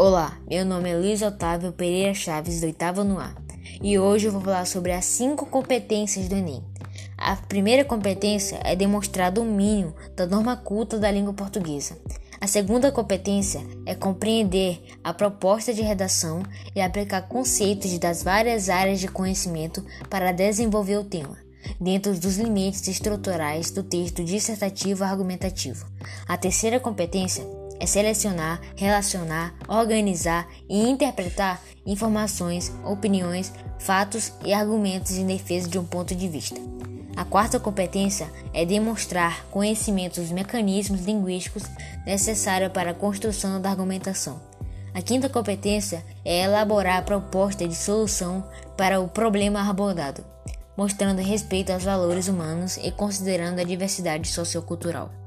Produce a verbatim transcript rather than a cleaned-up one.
Olá, meu nome é Luiz Otávio Pereira Chaves, do oitavo no A, e hoje eu vou falar sobre as cinco competências do Enem. A primeira competência é demonstrar domínio da norma culta da língua portuguesa. A segunda competência é compreender a proposta de redação e aplicar conceitos das várias áreas de conhecimento para desenvolver o tema, dentro dos limites estruturais do texto dissertativo argumentativo. A terceira competência é selecionar, relacionar, organizar e interpretar informações, opiniões, fatos e argumentos em defesa de um ponto de vista. A quarta competência é demonstrar conhecimento dos mecanismos linguísticos necessários para a construção da argumentação. A quinta competência é elaborar a proposta de solução para o problema abordado, mostrando respeito aos valores humanos e considerando a diversidade sociocultural.